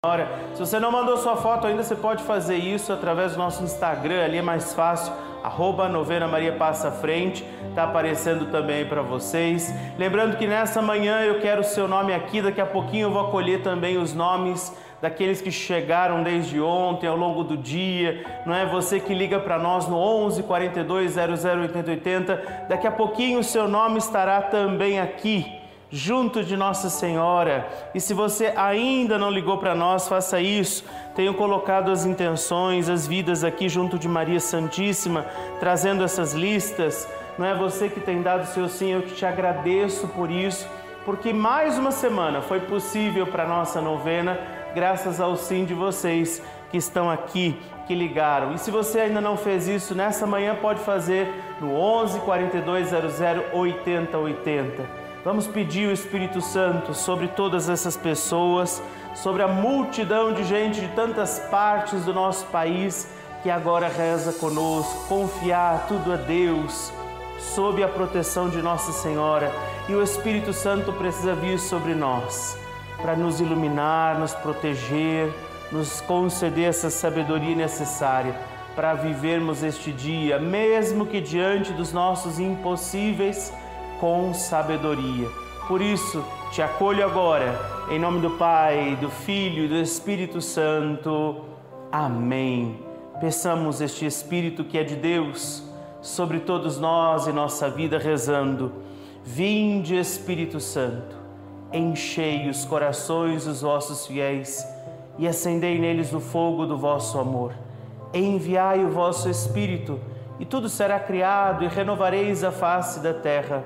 Se você não mandou sua foto ainda, você pode fazer isso através do nosso Instagram, ali é mais fácil, @novena Maria Passa à Frente, está aparecendo também para vocês. Lembrando que nessa manhã eu quero o seu nome aqui, daqui a pouquinho eu vou acolher também os nomes daqueles que chegaram desde ontem, ao longo do dia, não é? Você que liga para nós no 11 42 00 80 80, daqui a pouquinho o seu nome estará também aqui, junto de Nossa Senhora. E se você ainda não ligou para nós, faça isso. Tenho colocado as intenções, as vidas aqui junto de Maria Santíssima, trazendo essas listas. Não é você que tem dado seu sim, eu te agradeço por isso, porque mais uma semana foi possível para a nossa novena, graças ao sim de vocês que estão aqui, que ligaram. E se você ainda não fez isso, nessa manhã pode fazer no 11 42 00 80 80. Vamos pedir o Espírito Santo sobre todas essas pessoas, sobre a multidão de gente de tantas partes do nosso país que agora reza conosco, confiar tudo a Deus, sob a proteção de Nossa Senhora. E o Espírito Santo precisa vir sobre nós, para nos iluminar, nos proteger, nos conceder essa sabedoria necessária para vivermos este dia, mesmo que diante dos nossos impossíveis, com sabedoria. Por isso, te acolho agora, em nome do Pai, do Filho e do Espírito Santo. Amém. Peçamos este Espírito que é de Deus sobre todos nós e nossa vida, rezando: Vinde, Espírito Santo, enchei os corações dos vossos fiéis e acendei neles o fogo do vosso amor. Enviai o vosso Espírito e tudo será criado e renovareis a face da terra.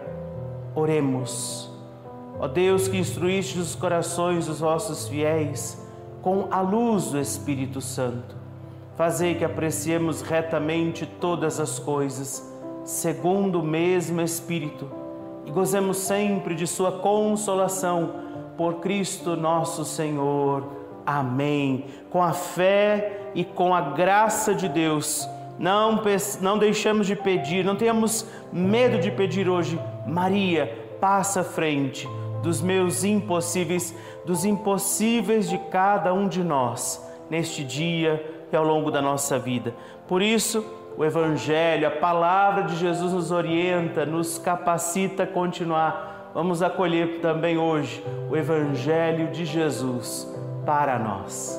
Oremos. Ó Deus, que instruíste os corações dos vossos fiéis com a luz do Espírito Santo, fazei que apreciemos retamente todas as coisas, segundo o mesmo Espírito, e gozemos sempre de sua consolação, por Cristo nosso Senhor. Amém. Com a fé e com a graça de Deus, não deixamos de pedir, não tenhamos medo de pedir hoje: Maria, passa à frente dos meus impossíveis, dos impossíveis de cada um de nós, neste dia e ao longo da nossa vida. Por isso, o Evangelho, a palavra de Jesus nos orienta, nos capacita a continuar. Vamos acolher também hoje o Evangelho de Jesus para nós.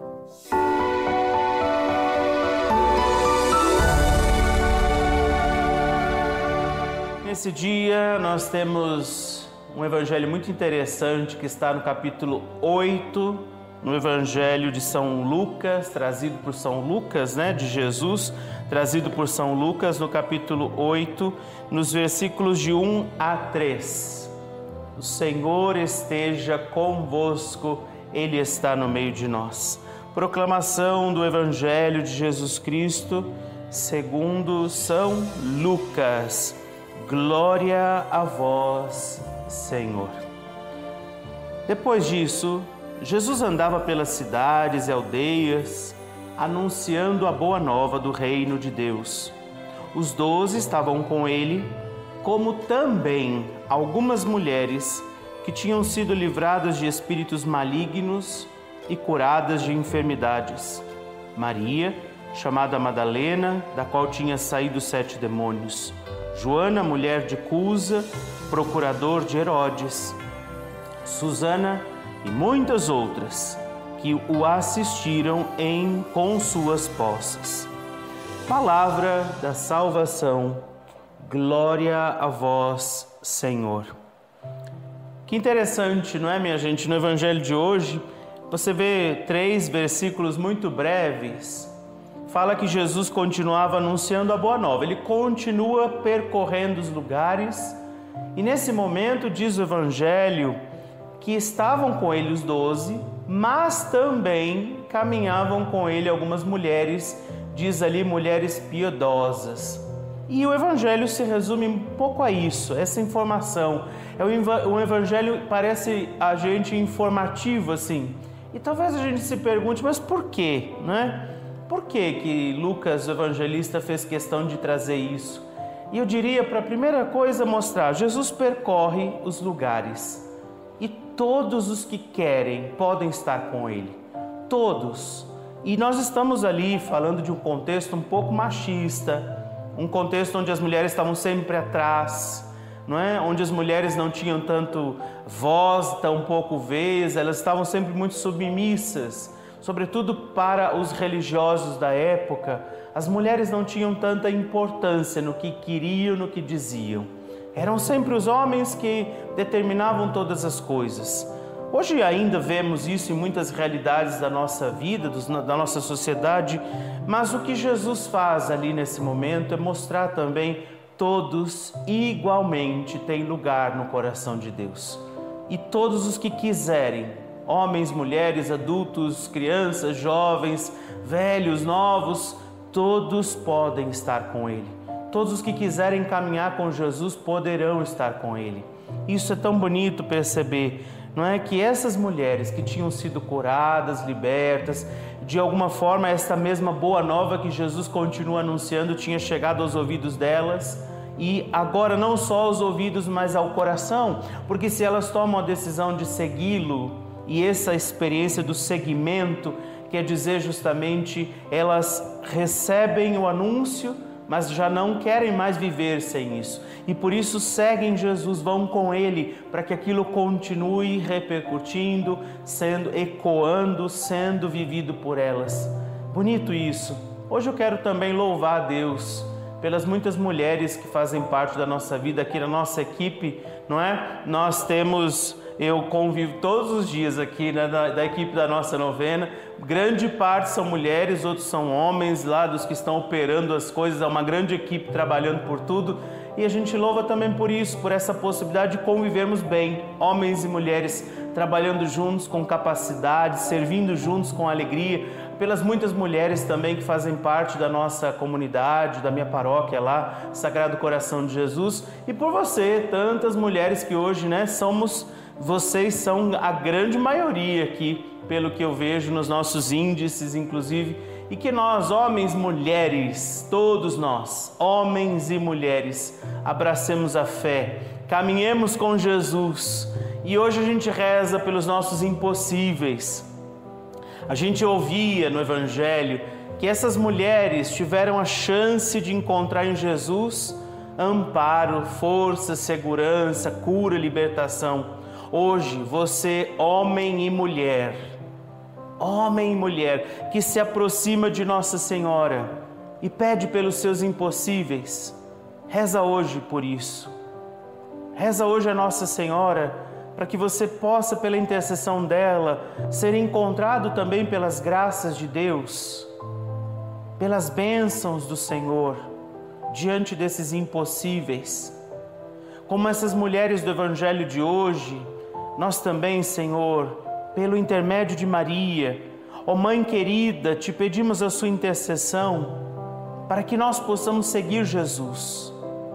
Nesse dia nós temos um evangelho muito interessante que está no capítulo 8, no Evangelho de São Lucas, trazido por São Lucas, de Jesus, trazido por São Lucas, no capítulo 8, nos versículos de 1 a 3. O Senhor esteja convosco, Ele está no meio de nós. Proclamação do Evangelho de Jesus Cristo, segundo São Lucas. Glória a vós, Senhor. Depois disso, Jesus andava pelas cidades e aldeias, anunciando a boa nova do reino de Deus. Os 12 estavam com ele, como também algumas mulheres que tinham sido livradas de espíritos malignos e curadas de enfermidades. Maria, chamada Madalena, da qual tinha saído 7 demônios. Joana, mulher de Cusa, procurador de Herodes. Susana e muitas outras que o assistiram com suas posses. Palavra da salvação. Glória a vós, Senhor. Que interessante, não é, minha gente? No Evangelho de hoje, você vê 3 versículos muito breves. Fala que Jesus continuava anunciando a boa nova. Ele continua percorrendo os lugares. E nesse momento, diz o Evangelho, que estavam com ele os 12, mas também caminhavam com ele algumas mulheres, diz ali mulheres piedosas. E o Evangelho se resume um pouco a isso, essa informação. O Evangelho parece a gente informativo assim. E talvez a gente se pergunte, mas por quê, né? Por que Lucas, o evangelista, fez questão de trazer isso? E eu diria, para a primeira coisa, mostrar, Jesus percorre os lugares e todos os que querem podem estar com ele. todos. E nós estamos ali falando de um contexto um pouco machista, um contexto onde as mulheres estavam sempre atrás, não é? Onde as mulheres não tinham tanto voz, tão pouco vez, elas estavam sempre muito submissas, sobretudo para os religiosos da época. As mulheres não tinham tanta importância no que queriam, no que diziam. Eram sempre os homens que determinavam todas as coisas. Hoje ainda vemos isso em muitas realidades da nossa vida, da nossa sociedade, mas o que Jesus faz ali nesse momento é mostrar também todos igualmente têm lugar no coração de Deus. E todos os que quiserem, homens, mulheres, adultos, crianças, jovens, velhos, novos, todos podem estar com Ele. Todos os que quiserem caminhar com Jesus poderão estar com Ele. Isso é tão bonito perceber, não é? Que essas mulheres que tinham sido curadas, libertas, de alguma forma esta mesma boa nova que Jesus continua anunciando tinha chegado aos ouvidos delas, e agora não só aos ouvidos, mas ao coração, porque se elas tomam a decisão de segui-lo, e essa experiência do seguimento quer dizer justamente elas recebem o anúncio, mas já não querem mais viver sem isso. E por isso seguem Jesus, vão com Ele, para que aquilo continue repercutindo, ecoando, sendo vivido por elas. Bonito isso. Hoje eu quero também louvar a Deus pelas muitas mulheres que fazem parte da nossa vida aqui na nossa equipe, não é? Eu convivo todos os dias aqui, né, da equipe da nossa novena. Grande parte são mulheres, outros são homens lá dos que estão operando as coisas. É uma grande equipe trabalhando por tudo. E a gente louva também por isso, por essa possibilidade de convivermos bem, homens e mulheres trabalhando juntos com capacidade, servindo juntos com alegria, pelas muitas mulheres também que fazem parte da nossa comunidade, da minha paróquia lá, Sagrado Coração de Jesus, e por você, tantas mulheres que hoje, né, vocês são a grande maioria aqui, pelo que eu vejo nos nossos índices, inclusive, e que nós, homens, mulheres, todos nós, homens e mulheres, abracemos a fé, caminhemos com Jesus. E hoje a gente reza pelos nossos impossíveis. A gente ouvia no Evangelho que essas mulheres tiveram a chance de encontrar em Jesus amparo, força, segurança, cura, libertação. Hoje, você, homem e mulher, que se aproxima de Nossa Senhora e pede pelos seus impossíveis, reza hoje por isso. Reza hoje a Nossa Senhora para que você possa, pela intercessão dela, ser encontrado também pelas graças de Deus, pelas bênçãos do Senhor, diante desses impossíveis. Como essas mulheres do Evangelho de hoje, nós também, Senhor, pelo intermédio de Maria, ó Mãe querida, te pedimos a sua intercessão para que nós possamos seguir Jesus.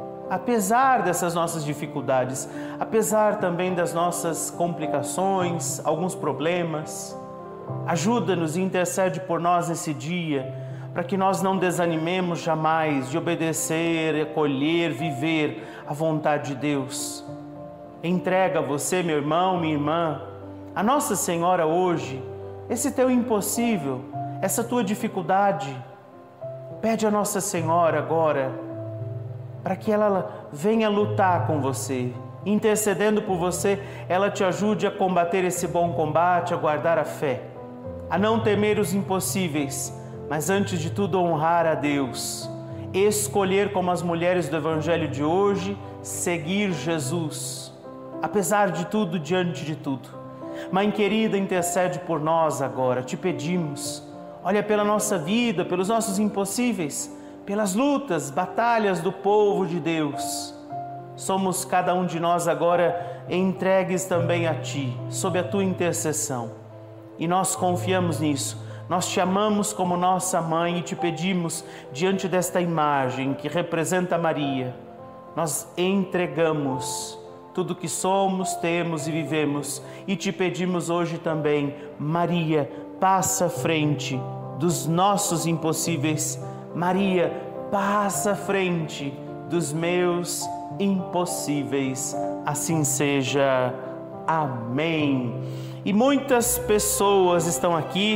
Apesar dessas nossas dificuldades, apesar também das nossas complicações, alguns problemas, ajuda-nos e intercede por nós nesse dia, para que nós não desanimemos jamais de obedecer, acolher, viver a vontade de Deus. Entrega a você, meu irmão, minha irmã, a Nossa Senhora hoje, esse teu impossível, essa tua dificuldade. Pede a Nossa Senhora agora, para que ela venha lutar com você, intercedendo por você, ela te ajude a combater esse bom combate, a guardar a fé, a não temer os impossíveis, mas antes de tudo honrar a Deus, escolher como as mulheres do Evangelho de hoje, seguir Jesus, apesar de tudo, diante de tudo. Mãe querida, intercede por nós agora, te pedimos, olha pela nossa vida, pelos nossos impossíveis, pelas lutas, batalhas do povo de Deus. Somos cada um de nós agora entregues também a Ti, sob a Tua intercessão. E nós confiamos nisso. Nós te amamos como nossa mãe e te pedimos, diante desta imagem que representa Maria, nós entregamos tudo que somos, temos e vivemos. E te pedimos hoje também, Maria, passa à frente dos nossos impossíveis. Maria, passa à frente dos meus impossíveis. Assim seja. Amém. E muitas pessoas estão aqui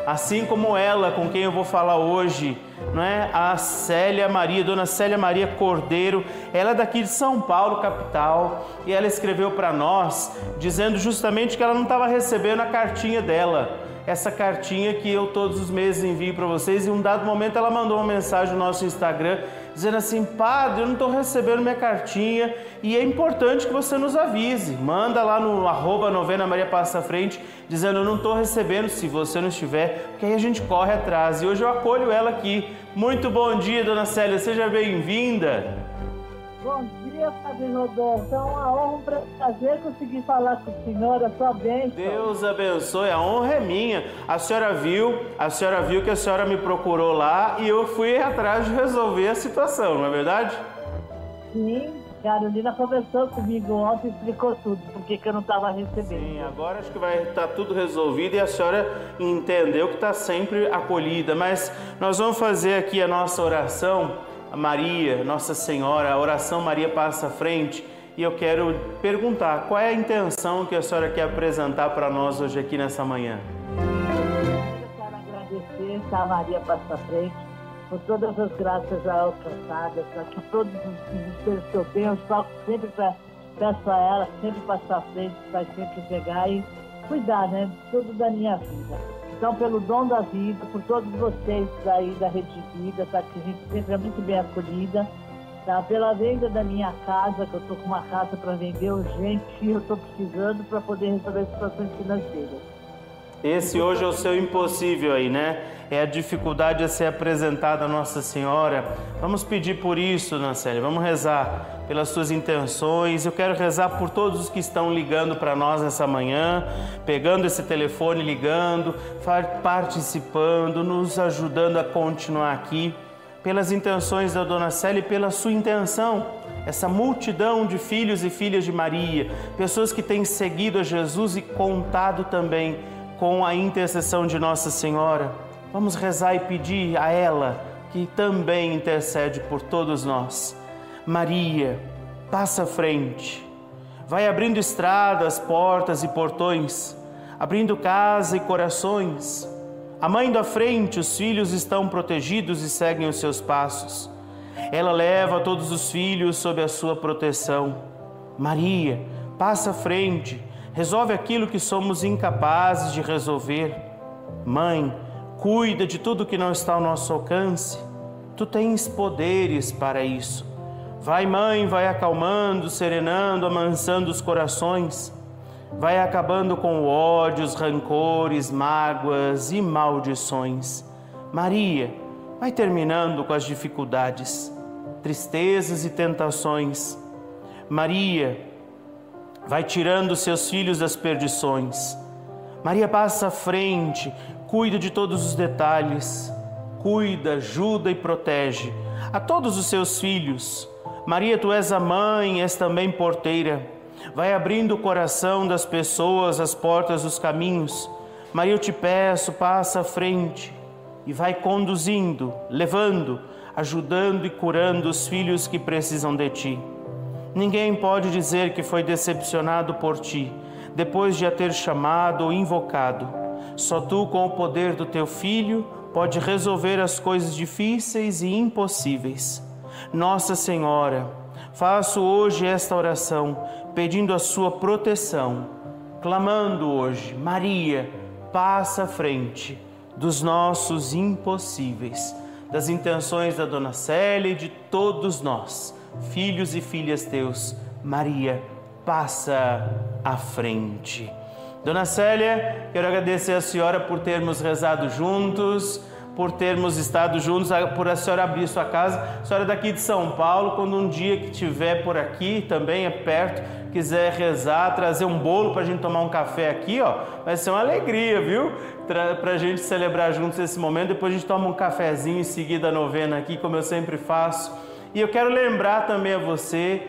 assim como ela, com quem eu vou falar hoje, não é? A Célia Maria, Dona Célia Maria Cordeiro, ela é daqui de São Paulo, capital, e ela escreveu para nós, dizendo justamente que ela não estava recebendo a cartinha dela, essa cartinha que eu todos os meses envio para vocês, e em um dado momento ela mandou uma mensagem no nosso Instagram, dizendo assim: padre, eu não estou recebendo minha cartinha e é importante que você nos avise. Manda lá no @novena Maria Passa Frente, dizendo: eu não estou recebendo, se você não estiver, porque aí a gente corre atrás. E hoje eu acolho ela aqui. Muito bom dia, Dona Célia, seja bem-vinda. Bom dia, Padre Roberto. É uma honra, um prazer conseguir falar com a senhora, sua bênção. Deus abençoe, a honra é minha. A senhora viu que a senhora me procurou lá e eu fui atrás de resolver a situação, não é verdade? Sim, Carolina conversou comigo ontem e explicou tudo, porque eu não estava recebendo. Sim, agora acho que vai estar tudo resolvido e a senhora entendeu que está sempre acolhida. Mas nós vamos fazer aqui a nossa oração, a Maria, Nossa Senhora, a oração Maria Passa Frente. E eu quero perguntar, qual é a intenção que a senhora quer apresentar para nós hoje aqui nessa manhã? Eu quero agradecer a Maria Passa Frente por todas as graças alcançadas, para que todos os seres que eu tenho, eu toco sempre peço a ela, sempre passar à frente, vai sempre pegar e cuidar, né, de tudo da minha vida. Então, pelo dom da vida, por todos vocês aí da Rede Vida, tá, que a gente sempre é muito bem acolhida, tá, pela venda da minha casa, que eu estou com uma casa para vender urgente e eu estou precisando para poder resolver situações financeiras. Esse hoje é o seu impossível aí, né? É a dificuldade a ser apresentada a Nossa Senhora. Vamos pedir por isso, Dona Célia, vamos rezar pelas suas intenções. Eu quero rezar por todos os que estão ligando para nós nessa manhã, pegando esse telefone, ligando, participando, nos ajudando a continuar aqui, pelas intenções da Dona Célia e pela sua intenção. Essa multidão de filhos e filhas de Maria, pessoas que têm seguido a Jesus e contado também com a intercessão de Nossa Senhora. Vamos rezar e pedir a ela que também intercede por todos nós. Maria, passa à frente, vai abrindo estradas, portas e portões, abrindo casa e corações. A mãe da frente, os filhos estão protegidos e seguem os seus passos. Ela leva todos os filhos sob a sua proteção. Maria, passa à frente, resolve aquilo que somos incapazes de resolver. Mãe, cuida de tudo que não está ao nosso alcance. Tu tens poderes para isso. Vai, mãe, vai acalmando, serenando, amansando os corações. Vai acabando com o ódio, os rancores, mágoas e maldições. Maria, vai terminando com as dificuldades, tristezas e tentações. Maria, vai tirando seus filhos das perdições. Maria passa à frente, cuida de todos os detalhes, cuida, ajuda e protege a todos os seus filhos. Maria, tu és a mãe, és também porteira. Vai abrindo o coração das pessoas, as portas dos caminhos. Maria, eu te peço, passa à frente e vai conduzindo, levando, ajudando e curando os filhos que precisam de ti. Ninguém pode dizer que foi decepcionado por ti, depois de a ter chamado ou invocado. Só tu, com o poder do teu Filho, pode resolver as coisas difíceis e impossíveis. Nossa Senhora, faço hoje esta oração, pedindo a sua proteção, clamando hoje: Maria, passa à frente dos nossos impossíveis, das intenções da Dona Célia e de todos nós, filhos e filhas teus. Maria, passa à frente. Dona Célia, quero agradecer a senhora por termos rezado juntos, por termos estado juntos, por a senhora abrir sua casa. A senhora é daqui de São Paulo, quando um dia que estiver por aqui, também é perto, quiser rezar, trazer um bolo para a gente tomar um café aqui, ó, vai ser uma alegria, viu? Para a gente celebrar juntos esse momento. Depois a gente toma um cafezinho em seguida a novena aqui, como eu sempre faço. E eu quero lembrar também a você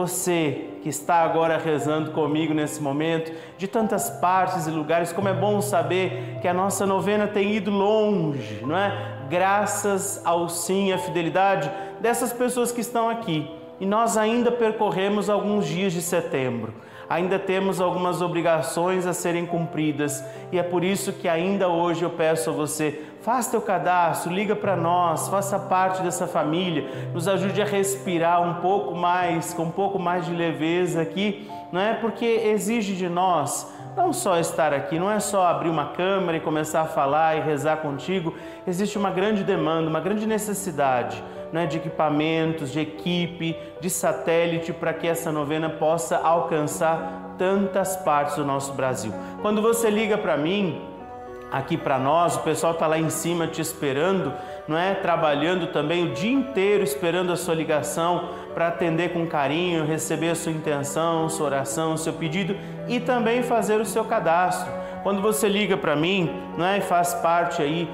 que está agora rezando comigo nesse momento, de tantas partes e lugares, como é bom saber que a nossa novena tem ido longe, não é? Graças ao sim, à fidelidade dessas pessoas que estão aqui. E nós ainda percorremos alguns dias de setembro. ainda temos algumas obrigações a serem cumpridas e é por isso que ainda hoje eu peço a você, faça teu cadastro, liga para nós, faça parte dessa família, nos ajude a respirar um pouco mais, com um pouco mais de leveza aqui, não é? Porque exige de nós não só estar aqui, não é só abrir uma câmera e começar a falar e rezar contigo, existe uma grande demanda, uma grande necessidade, né, de equipamentos, de equipe, de satélite para que essa novena possa alcançar tantas partes do nosso Brasil. Quando você liga para mim, aqui para nós, o pessoal está lá em cima te esperando, não é? Trabalhando também o dia inteiro esperando a sua ligação para atender com carinho, receber a sua intenção, sua oração, seu pedido e também fazer o seu cadastro. Quando você liga para mim, não é? E faz parte aí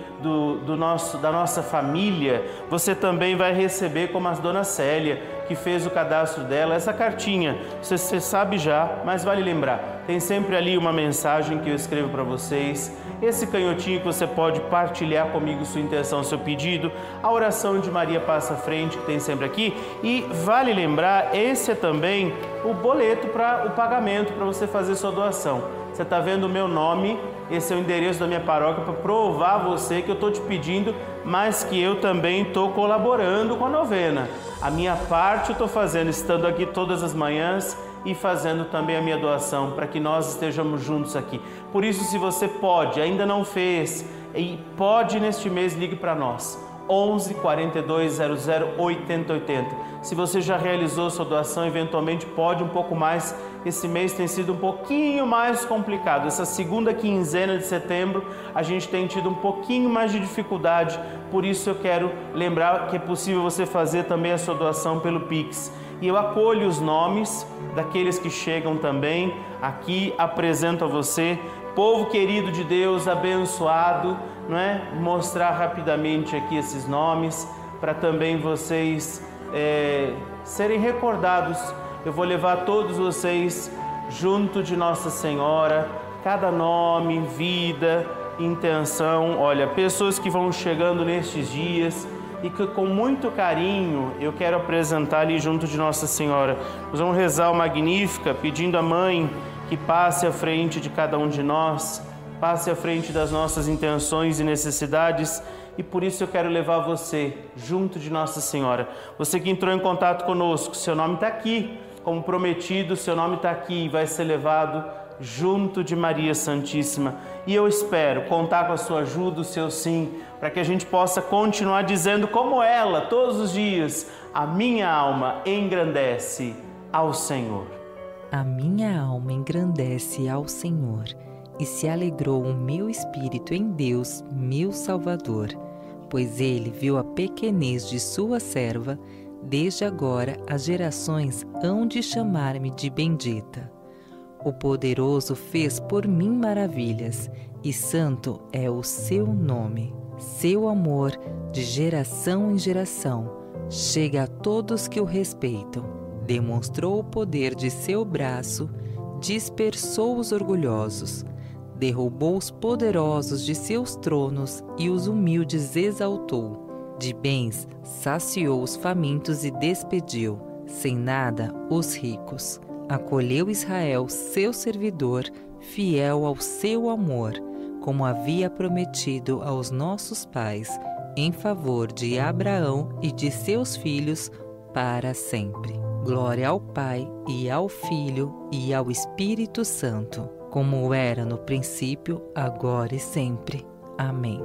da nossa família, você também vai receber, como a dona Célia, que fez o cadastro dela, essa cartinha. Você sabe já, mas vale lembrar, tem sempre ali uma mensagem que eu escrevo para vocês, esse canhotinho que você pode partilhar comigo sua intenção, seu pedido, a oração de Maria Passa à Frente, que tem sempre aqui, e vale lembrar, esse é também o boleto para o pagamento, para você fazer sua doação. Você está vendo o meu nome, esse é o endereço da minha paróquia para provar a você que eu estou te pedindo, mas que eu também estou colaborando com a novena. A minha parte eu estou fazendo, estando aqui todas as manhãs e fazendo também a minha doação, para que nós estejamos juntos aqui. Por isso, se você pode, ainda não fez, e pode neste mês, ligue para nós. 11 42 00 80 80. Se você já realizou sua doação, eventualmente pode um pouco mais. Esse mês tem sido um pouquinho mais complicado. Essa segunda quinzena de setembro a gente tem tido um pouquinho mais de dificuldade. Por isso eu quero lembrar que é possível você fazer também a sua doação pelo Pix. E eu acolho os nomes daqueles que chegam também aqui, apresento a você. Povo querido de Deus, abençoado, não é? Mostrar rapidamente aqui esses nomes para também vocês serem recordados. Eu vou levar todos vocês junto de Nossa Senhora, cada nome, vida, intenção. Olha, pessoas que vão chegando nestes dias e que com muito carinho eu quero apresentar ali junto de Nossa Senhora. Nós vamos rezar o Magnífica pedindo à Mãe que passe à frente de cada um de nós, passe à frente das nossas intenções e necessidades, e por isso eu quero levar você junto de Nossa Senhora. Você que entrou em contato conosco, seu nome está aqui, como prometido, seu nome está aqui e vai ser levado junto de Maria Santíssima. E eu espero contar com a sua ajuda, o seu sim, para que a gente possa continuar dizendo como ela, todos os dias, a minha alma engrandece ao Senhor. A minha alma engrandece ao Senhor, e se alegrou o meu espírito em Deus, meu Salvador, pois Ele viu a pequenez de sua serva. Desde agora as gerações hão de chamar-me de bendita. O Poderoso fez por mim maravilhas, e santo é o seu nome. Seu amor, de geração em geração, chega a todos que o respeitam. Demonstrou o poder de seu braço, dispersou os orgulhosos, derrubou os poderosos de seus tronos e os humildes exaltou. De bens saciou os famintos e despediu, sem nada, os ricos. Acolheu Israel, seu servidor, fiel ao seu amor, como havia prometido aos nossos pais, em favor de Abraão e de seus filhos para sempre. Glória ao Pai, e ao Filho, e ao Espírito Santo, como era no princípio, agora e sempre. Amém.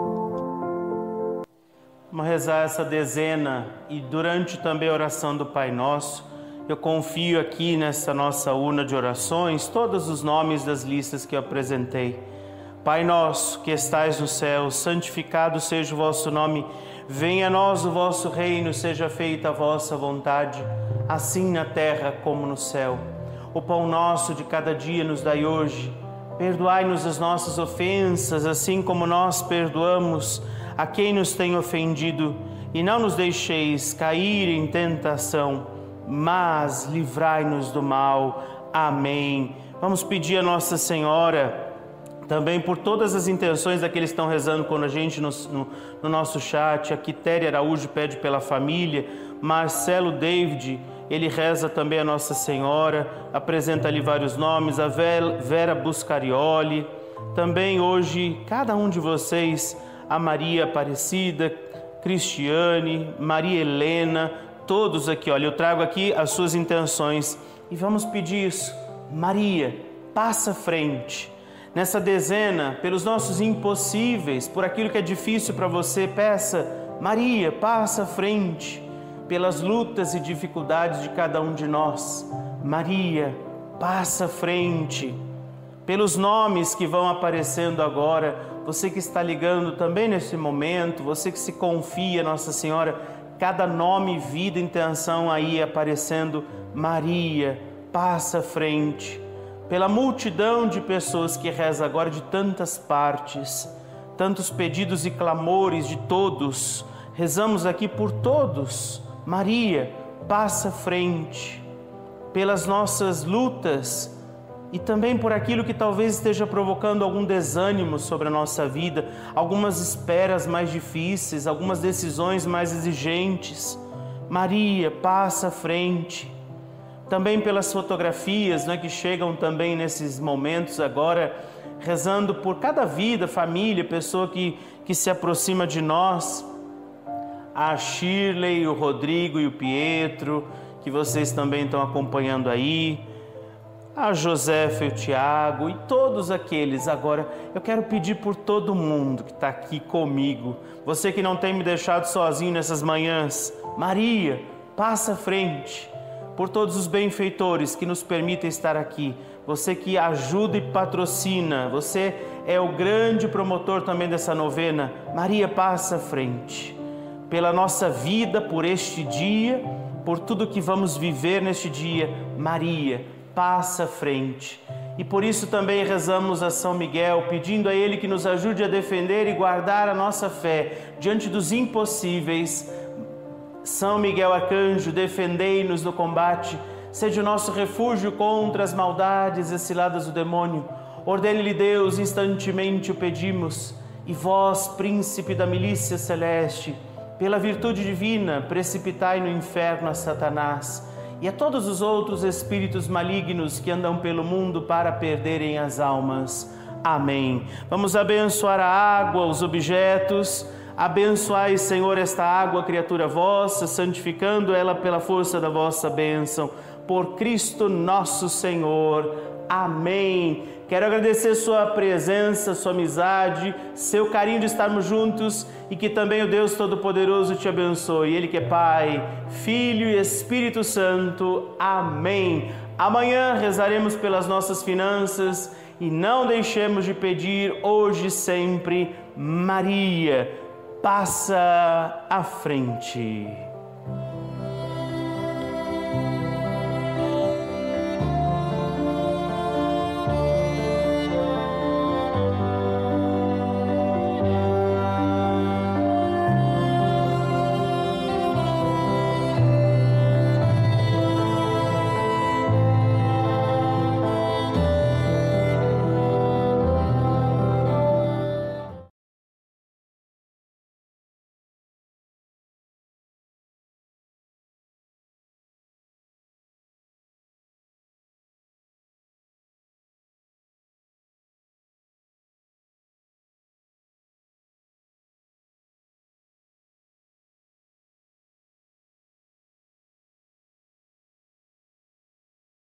Vamos rezar essa dezena e durante também a oração do Pai Nosso, eu confio aqui nessa nossa urna de orações todos os nomes das listas que eu apresentei. Pai nosso que estais no céu, santificado seja o vosso nome. Venha a nós o vosso reino, seja feita a vossa vontade, assim na terra como no céu. O pão nosso de cada dia nos dai hoje. Perdoai-nos as nossas ofensas, assim como nós perdoamos a quem nos tem ofendido. E não nos deixeis cair em tentação, mas livrai-nos do mal. Amém. Vamos pedir a Nossa Senhora também por todas as intenções daqueles que estão rezando com a gente no nosso chat. A Quitéria Araújo pede pela família, Marcelo David ele reza também a Nossa Senhora, apresenta ali vários nomes, a Vera Buscarioli, também hoje cada um de vocês, a Maria Aparecida, Cristiane, Maria Helena, todos aqui, olha, eu trago aqui as suas intenções e vamos pedir isso. Maria, passa à frente. Nessa dezena, pelos nossos impossíveis, por aquilo que é difícil para você, peça, Maria, passa à frente. Pelas lutas e dificuldades de cada um de nós, Maria, passa à frente. Pelos nomes que vão aparecendo agora, você que está ligando também nesse momento, você que se confia, Nossa Senhora, cada nome, vida, intenção aí aparecendo, Maria, passa à frente. Pela multidão de pessoas que reza agora de tantas partes, tantos pedidos e clamores de todos, rezamos aqui por todos. Maria, passa à frente. Pelas nossas lutas e também por aquilo que talvez esteja provocando algum desânimo sobre a nossa vida, algumas esperas mais difíceis, algumas decisões mais exigentes. Maria, passa à frente. Também pelas fotografias, né, que chegam também nesses momentos agora, rezando por cada vida, família, pessoa que se aproxima de nós. A Shirley, o Rodrigo e o Pietro, que vocês também estão acompanhando aí. A Josefa e o Tiago e todos aqueles. Agora, eu quero pedir por todo mundo que está aqui comigo. Você que não tem me deixado sozinho nessas manhãs. Maria, passa à frente. Por todos os benfeitores que nos permitem estar aqui, você que ajuda e patrocina, você é o grande promotor também dessa novena, Maria, passa à frente. Pela nossa vida, por este dia, por tudo que vamos viver neste dia, Maria, passa à frente. E por isso também rezamos a São Miguel, pedindo a ele que nos ajude a defender e guardar a nossa fé diante dos impossíveis. São Miguel Arcanjo, defendei-nos no combate, seja o nosso refúgio contra as maldades e ciladas do demônio. Ordene-lhe Deus, instantemente o pedimos. E vós, príncipe da milícia celeste, pela virtude divina, precipitai no inferno a Satanás e a todos os outros espíritos malignos que andam pelo mundo para perderem as almas. Amém. Vamos abençoar a água, os objetos. Abençoai, Senhor, esta água, criatura vossa, santificando ela pela força da vossa bênção. Por Cristo nosso Senhor. Amém. Quero agradecer sua presença, sua amizade, seu carinho de estarmos juntos e que também o Deus Todo-Poderoso te abençoe. Ele que é Pai, Filho e Espírito Santo. Amém. Amanhã rezaremos pelas nossas finanças e não deixemos de pedir hoje e sempre, Maria, passa à frente.